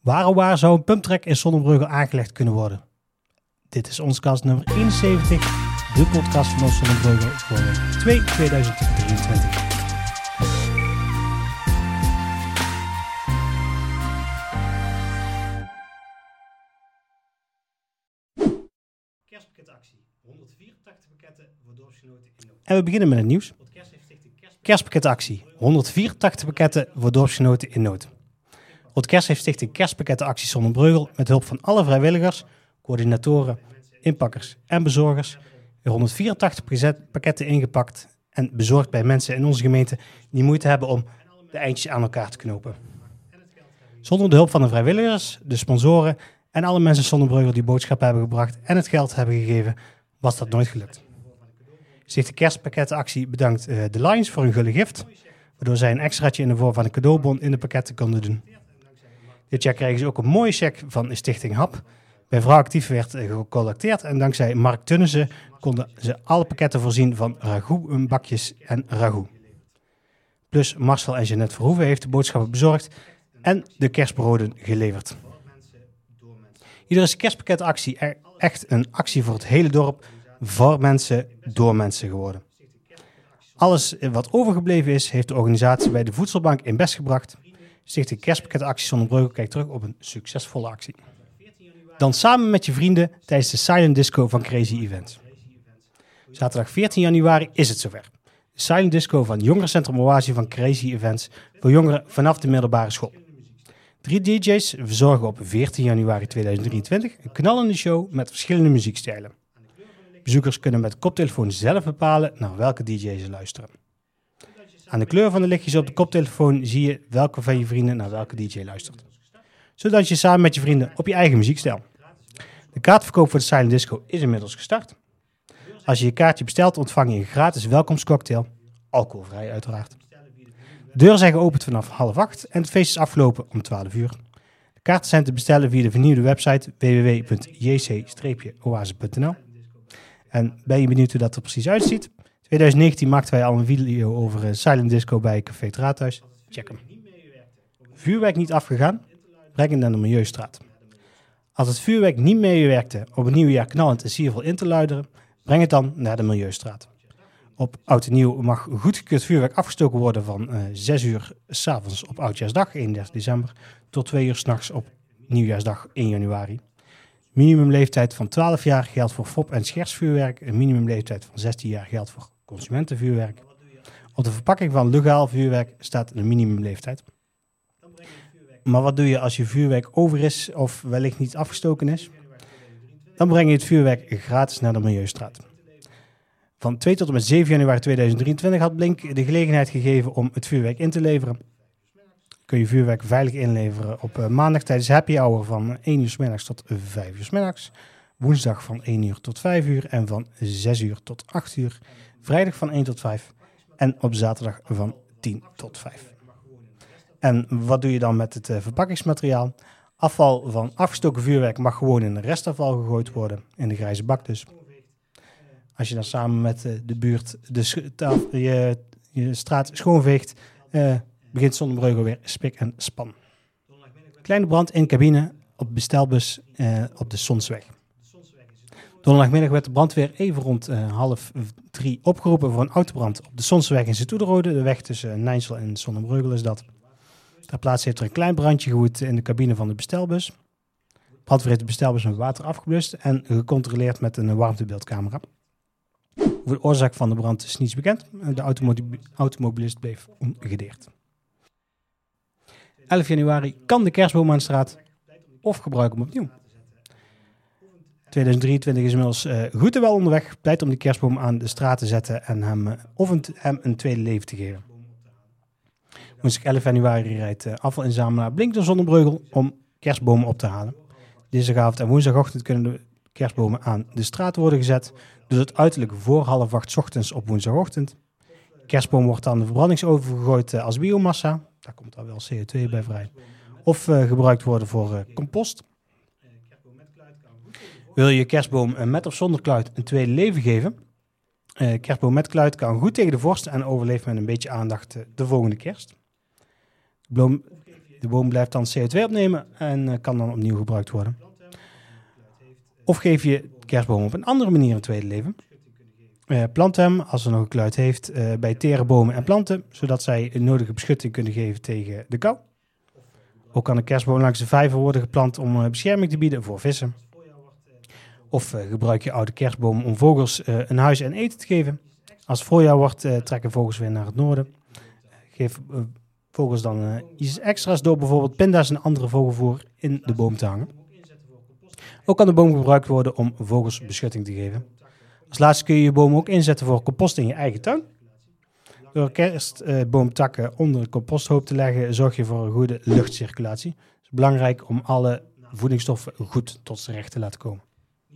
Waar zou een pumptrack in Zonnebreugel aangelegd kunnen worden? Dit is ons cast nummer 71, de podcast van ons Zonnebreugel voor week 2 2023. Kerstpakketactie. 184 pakketten voor dorpsgenoten in nood. En we beginnen met het nieuws. Kerstpakketactie. 184 pakketten voor dorpsgenoten in nood. Rond Kerst heeft Stichting Kerstpakkettenactie Zonnebreugel met hulp van alle vrijwilligers, coördinatoren, inpakkers en bezorgers weer 184 pakketten ingepakt en bezorgd bij mensen in onze gemeente die moeite hebben om de eindjes aan elkaar te knopen. Zonder de hulp van de vrijwilligers, de sponsoren en alle mensen in Zonnebreugel die boodschappen hebben gebracht en het geld hebben gegeven, was dat nooit gelukt. Stichting Kerstpakkettenactie bedankt de Lions voor hun gulle gift, waardoor zij een extraatje in de vorm van een cadeaubon in de pakketten konden doen. Dit jaar kregen ze ook een mooie cheque van de Stichting HAP. Bij Vrouw Actief werd gecollecteerd en dankzij Mark Tunnissen konden ze alle pakketten voorzien van ragoutbakjes en ragout. Plus Marcel en Jeanette Verhoeven heeft de boodschappen bezorgd en de kerstbroden geleverd. Hierdoor is de kerstpakketactie echt een actie voor het hele dorp, voor mensen, door mensen geworden. Alles wat overgebleven is, heeft de organisatie bij de Voedselbank in Best gebracht. Stichting Kerstpakketactie Zonnebreugel kijkt terug op een succesvolle actie. Dan samen met je vrienden tijdens de Silent Disco van Crazy Events. Zaterdag 14 januari is het zover. De Silent Disco van Jongerencentrum Oasis van Crazy Events voor jongeren vanaf de middelbare school. 3 DJ's verzorgen op 14 januari 2023 een knallende show met verschillende muziekstijlen. Bezoekers kunnen met de koptelefoon zelf bepalen naar welke DJ ze luisteren. Aan de kleur van de lichtjes op de koptelefoon zie je welke van je vrienden naar welke DJ luistert. Zodat je samen met je vrienden op je eigen muziekstijl. De kaartverkoop voor de Silent Disco is inmiddels gestart. Als je je kaartje bestelt ontvang je een gratis welkomstcocktail, alcoholvrij uiteraard. De deuren zijn geopend vanaf 7:30 en het feest is afgelopen om 12 uur. De kaarten zijn te bestellen via de vernieuwde website www.jc-oase.nl. En ben je benieuwd hoe dat er precies uitziet? 2019 maakten wij al een video over Silent Disco bij Café het Raadhuis. Check hem. Vuurwerk niet afgegaan? Breng het naar de Milieustraat. Als het vuurwerk niet meewerkte op het nieuwe jaar knallend en siervol in te luideren, breng het dan naar de Milieustraat. Op Oud en Nieuw mag goedgekeurd vuurwerk afgestoken worden van 6 uur 's avonds op Oudjaarsdag 31 december tot 2 uur 's nachts op Nieuwjaarsdag 1 januari. Minimumleeftijd van 12 jaar geldt voor fop- en schersvuurwerk. Een minimumleeftijd van 16 jaar geldt voor consumentenvuurwerk. Op de verpakking van legaal vuurwerk staat een minimumleeftijd. Maar wat doe je als je vuurwerk over is of wellicht niet afgestoken is? Dan breng je het vuurwerk gratis naar de Milieustraat. Van 2 tot en met 7 januari 2023 had Blink de gelegenheid gegeven om het vuurwerk in te leveren. Kun je vuurwerk veilig inleveren op maandag tijdens happy hour van 1 uur 's middags tot 5 uur 's middags. Woensdag van 1 uur tot 5 uur en van 6 uur tot 8 uur. Vrijdag van 1 tot 5 en op zaterdag van 10 tot 5. En wat doe je dan met het verpakkingsmateriaal? Afval van afgestoken vuurwerk mag gewoon in de restafval gegooid worden, in de grijze bak dus. Als je dan samen met de buurt je straat schoonveegt, begint Zonnebreugel weer spik en span. Kleine brand in cabine op bestelbus op de Sonsweg. Donderdagmiddag werd de brandweer even rond 2:30 opgeroepen voor een autobrand op de Sonsweg in Sint-Oederode. De weg tussen Nijnsel en Zonnebreugel is dat. Ter plaatse heeft er een klein brandje gewoed in de cabine van de bestelbus. De brandweer heeft de bestelbus met water afgeblust en gecontroleerd met een warmtebeeldcamera. Over de oorzaak van de brand is niets bekend. De automobilist bleef ongedeerd. 11 januari kan de kerstboom aan de straat of gebruik hem opnieuw. 2023 is inmiddels goed en wel onderweg. Tijd om die kerstboom aan de straat te zetten en hem een tweede leven te geven. Woensdag 11 januari rijdt afvalinzamelaar Blink door Zonnebreugel om kerstbomen op te halen. Dinsdagavond en woensdagochtend kunnen de kerstbomen aan de straat worden gezet. Dus het uiterlijk voor 7:30 's ochtends op woensdagochtend. De kerstboom wordt aan de verbrandingsoven gegooid als biomassa. Daar komt dan wel CO2 bij vrij. Of gebruikt worden voor compost. Wil je kerstboom met of zonder kluit een tweede leven geven? Kerstboom met kluit kan goed tegen de vorst en overleeft met een beetje aandacht de volgende kerst. De boom blijft dan CO2 opnemen en kan dan opnieuw gebruikt worden. Of geef je de kerstboom op een andere manier een tweede leven. Plant hem, als er nog een kluit heeft, bij tere bomen en planten, zodat zij een nodige beschutting kunnen geven tegen de kou. Ook kan een kerstboom langs de vijver worden geplant om bescherming te bieden voor vissen. Of gebruik je oude kerstboom om vogels een huis en eten te geven. Als het voorjaar wordt, trekken vogels weer naar het noorden. Geef vogels dan iets extra's door bijvoorbeeld pinda's en andere vogelvoer in de boom te hangen. Ook kan de boom gebruikt worden om vogels beschutting te geven. Als laatste kun je je boom ook inzetten voor compost in je eigen tuin. Door kerstboomtakken onder de composthoop te leggen, zorg je voor een goede luchtcirculatie. Het is belangrijk om alle voedingsstoffen goed tot z'n recht te laten komen.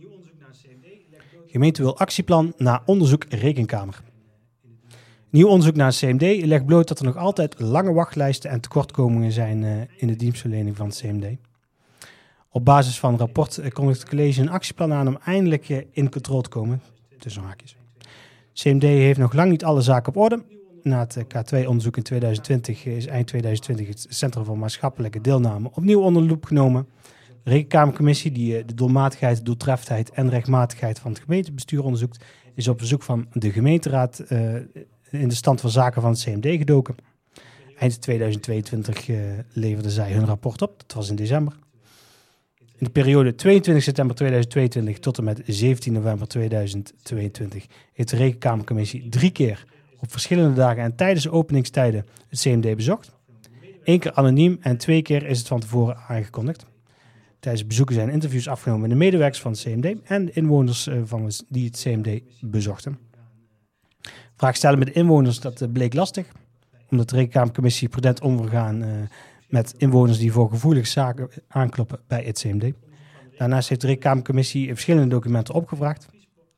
Gemeente wil actieplan na onderzoek Rekenkamer. Nieuw onderzoek naar het CMD legt bloot dat er nog altijd lange wachtlijsten en tekortkomingen zijn in de dienstverlening van het CMD. Op basis van het rapport kondigt het college een actieplan aan om eindelijk in controle te komen. Tussen haakjes. CMD heeft nog lang niet alle zaken op orde. Na het K2-onderzoek in 2020 is eind 2020 het Centrum voor Maatschappelijke Deelname opnieuw onder de loep genomen. De Rekenkamercommissie, die de doelmatigheid, doeltreffendheid en rechtmatigheid van het gemeentebestuur onderzoekt, is op verzoek van de gemeenteraad in de stand van zaken van het CMD gedoken. Eind 2022 leverden zij hun rapport op, dat was in december. In de periode 22 september 2022 tot en met 17 november 2022 heeft de Rekenkamercommissie 3 keer op verschillende dagen en tijdens de openingstijden het CMD bezocht. 1 keer anoniem en 2 keer is het van tevoren aangekondigd. Tijdens het bezoeken zijn interviews afgenomen met de medewerkers van het CMD en de inwoners die het CMD bezochten. Vraag stellen met de inwoners, dat bleek lastig, omdat de Rekenkamercommissie prudent omgaan met inwoners die voor gevoelige zaken aankloppen bij het CMD. Daarnaast heeft de Rekenkamercommissie verschillende documenten opgevraagd.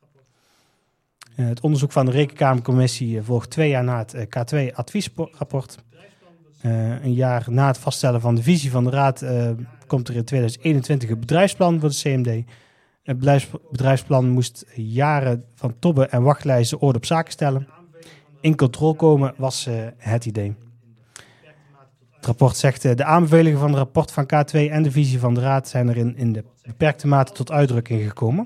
Het onderzoek van de Rekenkamercommissie volgt 2 jaar na het K2-adviesrapport. Een jaar na het vaststellen van de visie van de Raad komt er in 2021 een bedrijfsplan voor de CMD. Het bedrijfsplan moest jaren van tobben en wachtlijsten orde op zaken stellen. In controle komen was het idee. Het rapport zegt, de aanbevelingen van het rapport van K2 en de visie van de Raad zijn er in de beperkte mate tot uitdrukking gekomen.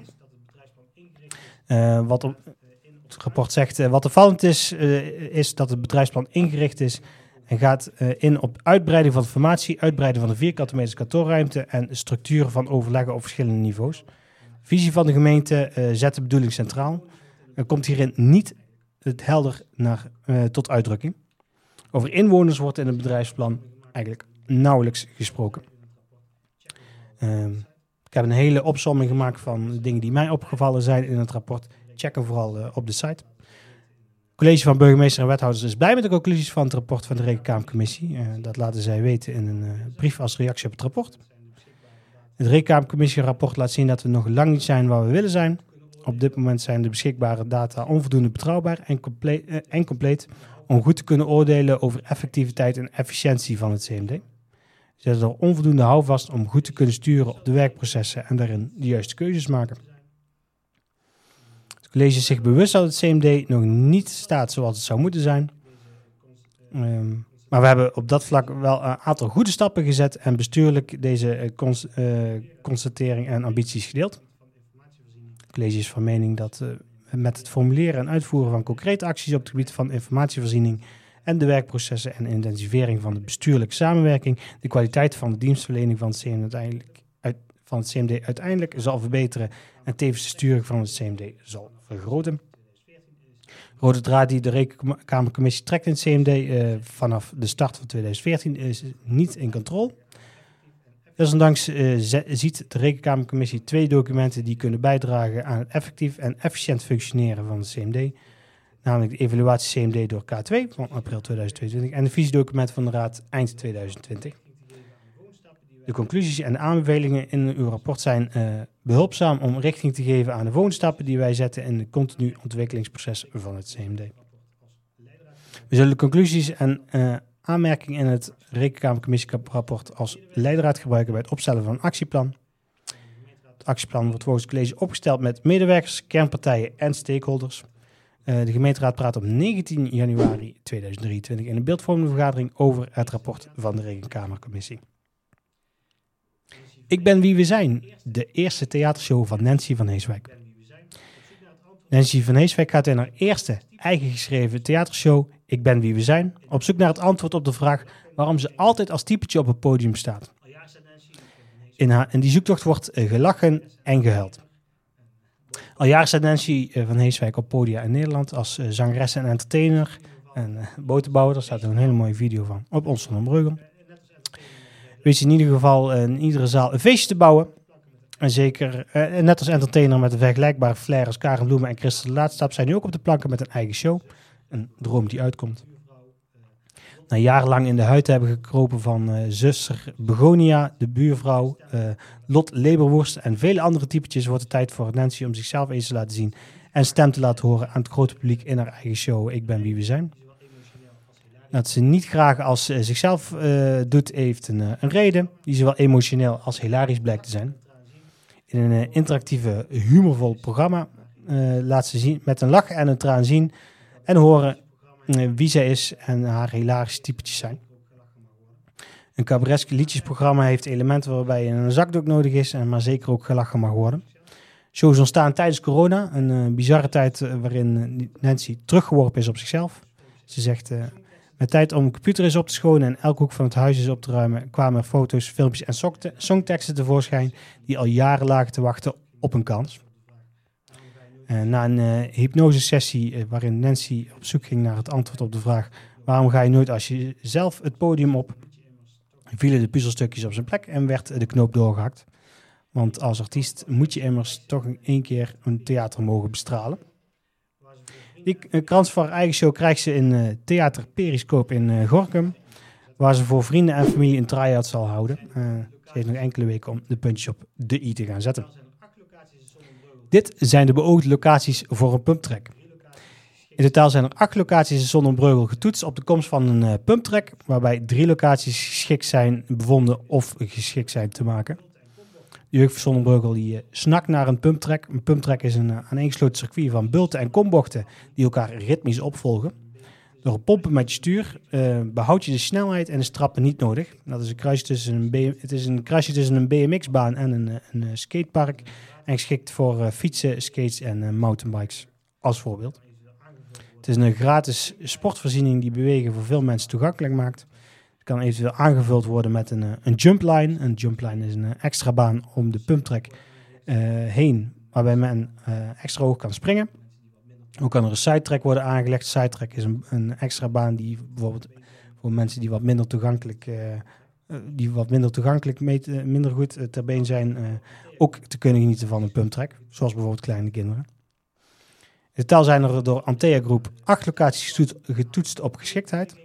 Het rapport zegt, wat opvallend is dat het bedrijfsplan ingericht is en gaat in op uitbreiding van de formatie, uitbreiding van de vierkante meters kantoorruimte en structuren van overleggen op verschillende niveaus. De visie van de gemeente zet de bedoeling centraal. Er komt hierin niet het helder tot uitdrukking. Over inwoners wordt in het bedrijfsplan eigenlijk nauwelijks gesproken. Ik heb een hele opsomming gemaakt van dingen die mij opgevallen zijn in het rapport. Check hem vooral op de site. Het college van burgemeester en wethouders is blij met de conclusies van het rapport van de Rekenkamercommissie. Dat laten zij weten in een brief als reactie op het rapport. Het Rekenkamercommissie-rapport laat zien dat we nog lang niet zijn waar we willen zijn. Op dit moment zijn de beschikbare data onvoldoende betrouwbaar en compleet om goed te kunnen oordelen over effectiviteit en efficiëntie van het CMD. Ze zetten er onvoldoende houvast om goed te kunnen sturen op de werkprocessen en daarin de juiste keuzes maken. Het college is zich bewust dat het CMD nog niet staat zoals het zou moeten zijn. Maar we hebben op dat vlak wel een aantal goede stappen gezet en bestuurlijk deze constatering en ambities gedeeld. Het college is van mening dat met het formuleren en uitvoeren van concrete acties op het gebied van informatievoorziening en de werkprocessen en intensivering van de bestuurlijke samenwerking de kwaliteit van de dienstverlening van het CMD uiteindelijk zal verbeteren en tevens de sturing van het CMD zal vergroten. Rode draad die de Rekenkamercommissie trekt in het CMD vanaf de start van 2014 is niet in controle. Desondanks ziet de Rekenkamercommissie 2 documenten die kunnen bijdragen aan het effectief en efficiënt functioneren van het CMD. Namelijk de evaluatie CMD door K2 van april 2022 en de visiedocument van de Raad eind 2020. De conclusies en de aanbevelingen in uw rapport zijn behulpzaam om richting te geven aan de woonstappen die wij zetten in het continu ontwikkelingsproces van het CMD. We zullen de conclusies en aanmerkingen in het Rekenkamercommissierapport als leidraad gebruiken bij het opstellen van een actieplan. Het actieplan wordt volgens het college opgesteld met medewerkers, kernpartijen en stakeholders. De gemeenteraad praat op 19 januari 2023 in een beeldvormende vergadering over het rapport van de Rekenkamercommissie. Ik ben wie we zijn, de eerste theatershow van Nancy van Heeswijk. Nancy van Heeswijk gaat in haar eerste eigen geschreven theatershow Ik ben wie we zijn op zoek naar het antwoord op de vraag waarom ze altijd als typetje op het podium staat. In die zoektocht wordt gelachen en gehuild. Al jaren staat Nancy van Heeswijk op podia in Nederland als zangeres en entertainer en botenbouwer. Daar staat een hele mooie video van op Ons Zonder Breugel. Weet je in ieder geval in iedere zaal een feestje te bouwen. En zeker, net als entertainer met een vergelijkbare flair als Karen Bloemen en Christel de Laatstap zijn nu ook op de planken met een eigen show. Een droom die uitkomt. Na jarenlang in de huid te hebben gekropen van zuster Begonia, de buurvrouw, Lot Leberworst en vele andere typetjes wordt het tijd voor Nancy om zichzelf eens te laten zien en stem te laten horen aan het grote publiek in haar eigen show Ik ben wie we zijn. Dat ze niet graag als zichzelf doet, heeft een reden die zowel emotioneel als hilarisch blijkt te zijn. In een interactieve, humorvol programma laat ze zien, met een lach en een traan zien en horen wie zij is en haar hilarische typetjes zijn. Een cabaretsk liedjesprogramma heeft elementen waarbij een zakdoek nodig is en maar zeker ook gelachen mag worden. Shows ontstaan tijdens corona, een bizarre tijd waarin Nancy teruggeworpen is op zichzelf. Ze zegt, met tijd om de computer is op te schonen en elke hoek van het huis is op te ruimen, kwamen er foto's, filmpjes en songteksten tevoorschijn die al jaren lagen te wachten op een kans. Na een hypnosesessie waarin Nancy op zoek ging naar het antwoord op de vraag waarom ga je nooit als je zelf het podium op, vielen de puzzelstukjes op zijn plek en werd de knoop doorgehakt. Want als artiest moet je immers toch één keer een theater mogen bestralen. Die krans voor haar eigen show krijgt ze in Theater Periscope in Gorinchem, waar ze voor vrienden en familie een try-out zal houden. Ze heeft nog enkele weken om de puntjes op de i te gaan zetten. Dit zijn de beoogde locaties voor een pumptrack. In totaal zijn er 8 locaties in Zonnebreugel getoetst op de komst van een pumptrack, waarbij 3 locaties geschikt zijn bevonden of geschikt zijn te maken. De jeugd van Zonnebreugel die snakt naar een pumptrack. Een pumptrack is een aaneengesloten circuit van bulten en kombochten die elkaar ritmisch opvolgen. Door het pompen met je stuur behoud je de snelheid en de trappen niet nodig. Dat is een kruisje tussen een BMX-baan en een skatepark. En geschikt voor fietsen, skates en mountainbikes als voorbeeld. Het is een gratis sportvoorziening die bewegen voor veel mensen toegankelijk maakt. Het kan eventueel aangevuld worden met een jumpline. Een jumpline is een extra baan om de pumptrack heen, waarbij men extra hoog kan springen. Ook kan er een sidetrack worden aangelegd. Sidetrack is een extra baan die bijvoorbeeld voor mensen die wat minder toegankelijk, minder goed ter been zijn, ook te kunnen genieten van een pumptrack. Zoals bijvoorbeeld kleine kinderen. In totaal zijn er door Antea Groep 8 locaties getoetst op geschiktheid.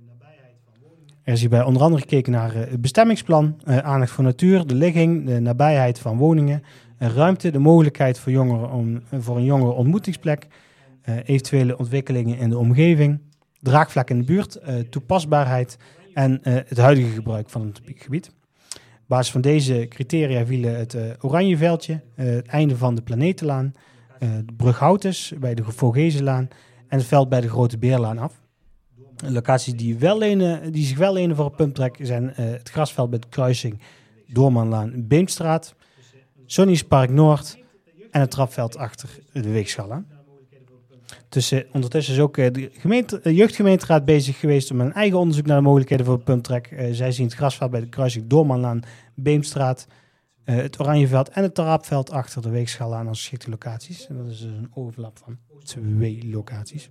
Er is hierbij onder andere gekeken naar het bestemmingsplan, aandacht voor natuur, de ligging, de nabijheid van woningen, ruimte, de mogelijkheid voor een jongere ontmoetingsplek, eventuele ontwikkelingen in de omgeving, draagvlak in de buurt, toepasbaarheid en het huidige gebruik van het gebied. Op basis van deze criteria vielen het Oranjeveldje, het einde van de Planetenlaan, de brug Houtes bij de Vogezenlaan en het veld bij de Grote Beerlaan af. Locaties die zich wel lenen voor een pumptrack zijn het grasveld bij de kruising Doormanlaan Beemstraat, Sonny's Park Noord en het trapveld achter de Weegschaal. Ondertussen is ook de jeugdgemeenteraad bezig geweest om een eigen onderzoek naar de mogelijkheden voor een pumptrack. Zij zien het grasveld bij de kruising Doormanlaan Beemstraat, het Oranjeveld en het trapveld achter de Weegschaal aan als geschikte locaties. En dat is dus een overlap van 2 locaties.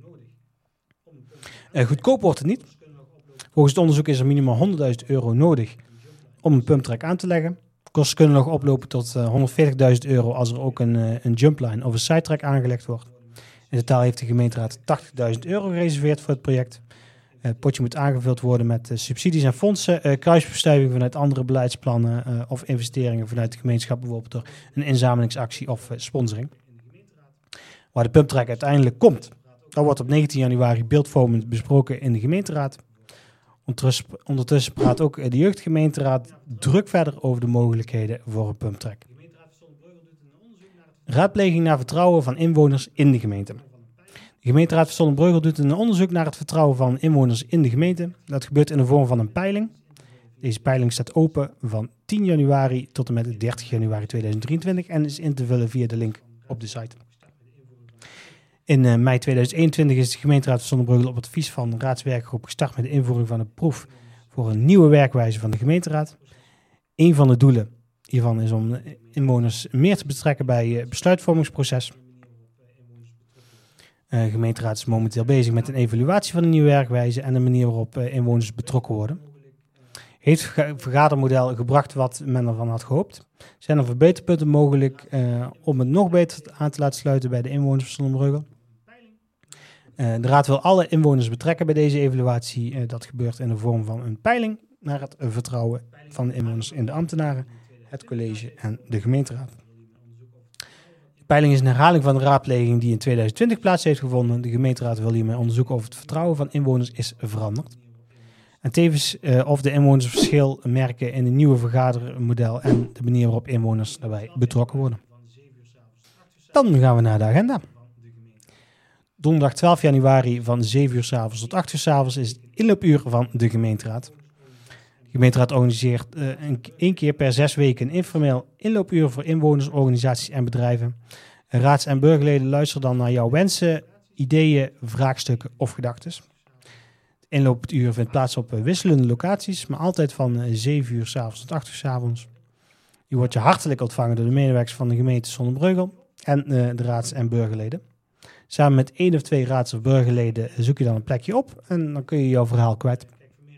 Goedkoop wordt het niet. Volgens het onderzoek is er minimaal €100.000 nodig om een pumptrack aan te leggen. Kosten kunnen nog oplopen tot €140.000 als er ook een jumpline of een sidetrack aangelegd wordt. In totaal heeft de gemeenteraad €80.000 gereserveerd voor het project. Het potje moet aangevuld worden met subsidies en fondsen, kruisbestuiving vanuit andere beleidsplannen of investeringen vanuit de gemeenschap, bijvoorbeeld door een inzamelingsactie of sponsoring. Waar de pumptrack uiteindelijk komt, dat wordt op 19 januari beeldvormend besproken in de gemeenteraad. Ondertussen praat ook de jeugdgemeenteraad druk verder over de mogelijkheden voor een pumptrack. Raadpleging naar vertrouwen van inwoners in de gemeente. De gemeenteraad van Zonnebreugel doet een onderzoek naar het vertrouwen van inwoners in de gemeente. Dat gebeurt in de vorm van een peiling. Deze peiling staat open van 10 januari tot en met 30 januari 2023 en is in te vullen via de link op de site. In mei 2021 is de gemeenteraad van Zonnebreugel op advies van de raadswerkgroep gestart met de invoering van een proef voor een nieuwe werkwijze van de gemeenteraad. Een van de doelen hiervan is om inwoners meer te betrekken bij het besluitvormingsproces. De gemeenteraad is momenteel bezig met een evaluatie van de nieuwe werkwijze en de manier waarop inwoners betrokken worden. Heeft het vergadermodel gebracht wat men ervan had gehoopt? Zijn er verbeterpunten mogelijk om het nog beter aan te laten sluiten bij de inwoners van Zonnebreugel? De raad wil alle inwoners betrekken bij deze evaluatie. Dat gebeurt in de vorm van een peiling naar het vertrouwen van de inwoners in de ambtenaren, het college en de gemeenteraad. De peiling is een herhaling van de raadpleging die in 2020 plaats heeft gevonden. De gemeenteraad wil hiermee onderzoeken of het vertrouwen van inwoners is veranderd. En tevens of de inwoners verschil merken in het nieuwe vergadermodel en de manier waarop inwoners daarbij betrokken worden. Dan gaan we naar de agenda. Donderdag 12 januari van 7 uur 's avonds tot 8 uur 's avonds is het inloopuur van de gemeenteraad. De gemeenteraad organiseert één keer per 6 weken een informeel inloopuur voor inwoners, organisaties en bedrijven. Raads- en burgerleden luisteren dan naar jouw wensen, ideeën, vraagstukken of gedachten. Het inloopuur vindt plaats op wisselende locaties, maar altijd van 7 uur 's avonds tot 8 uur 's avonds. Je wordt je hartelijk ontvangen door de medewerkers van de gemeente Zonnebreugel en de raads- en burgerleden. Samen met 1 of 2 raads- of burgerleden zoek je dan een plekje op en dan kun je jouw verhaal kwijt.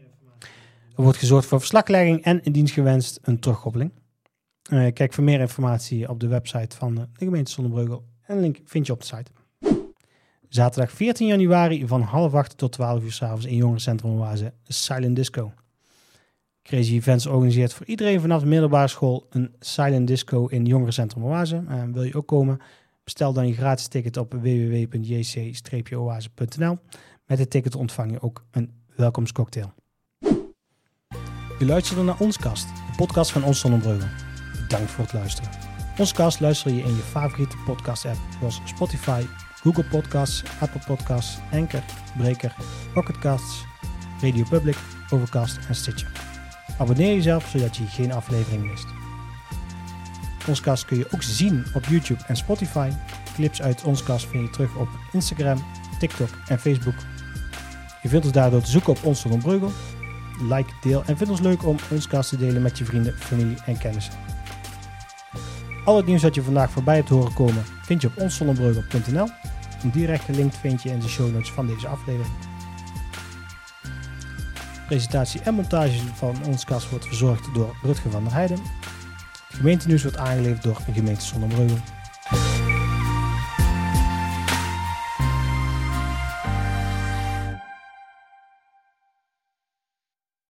Er wordt gezorgd voor verslaglegging en indien gewenst een terugkoppeling. Kijk voor meer informatie op de website van de gemeente Zonnebreugel en een link vind je op de site. Zaterdag 14 januari van 7:30 tot 12 uur 's avonds in Jongerencentrum Oase Silent Disco. Crazy Events organiseert voor iedereen vanaf de middelbare school een Silent Disco in Jongerencentrum Oase. Wil je ook komen? Bestel dan je gratis ticket op www.jc-oase.nl. Met het ticket ontvang je ook een welkomstcocktail. Je luisterde naar Onskast, de podcast van Ons Zonnebreugel. Bedankt voor het luisteren. Onskast luister je in je favoriete podcast-app zoals Spotify, Google Podcasts, Apple Podcasts, Anchor, Breaker, Pocket Casts, Radio Public, Overcast en Stitcher. Abonneer jezelf zodat je geen aflevering mist. Onskast kun je ook zien op YouTube en Spotify. Clips uit Onskast vind je terug op Instagram, TikTok en Facebook. Je vindt ons daardoor te zoeken op Ons Zonnebreugel. Like, deel en vind ons leuk om Onskast te delen met je vrienden, familie en kennissen. Al het nieuws dat je vandaag voorbij hebt horen komen vind je op onszonnebreugel.nl. Een direct gelinkt vind je in de show notes van deze aflevering. Presentatie en montage van Onskast wordt verzorgd door Rutger van der Heijden. Het gemeentenieuws wordt aangeleverd door de gemeente Zonnebreugel.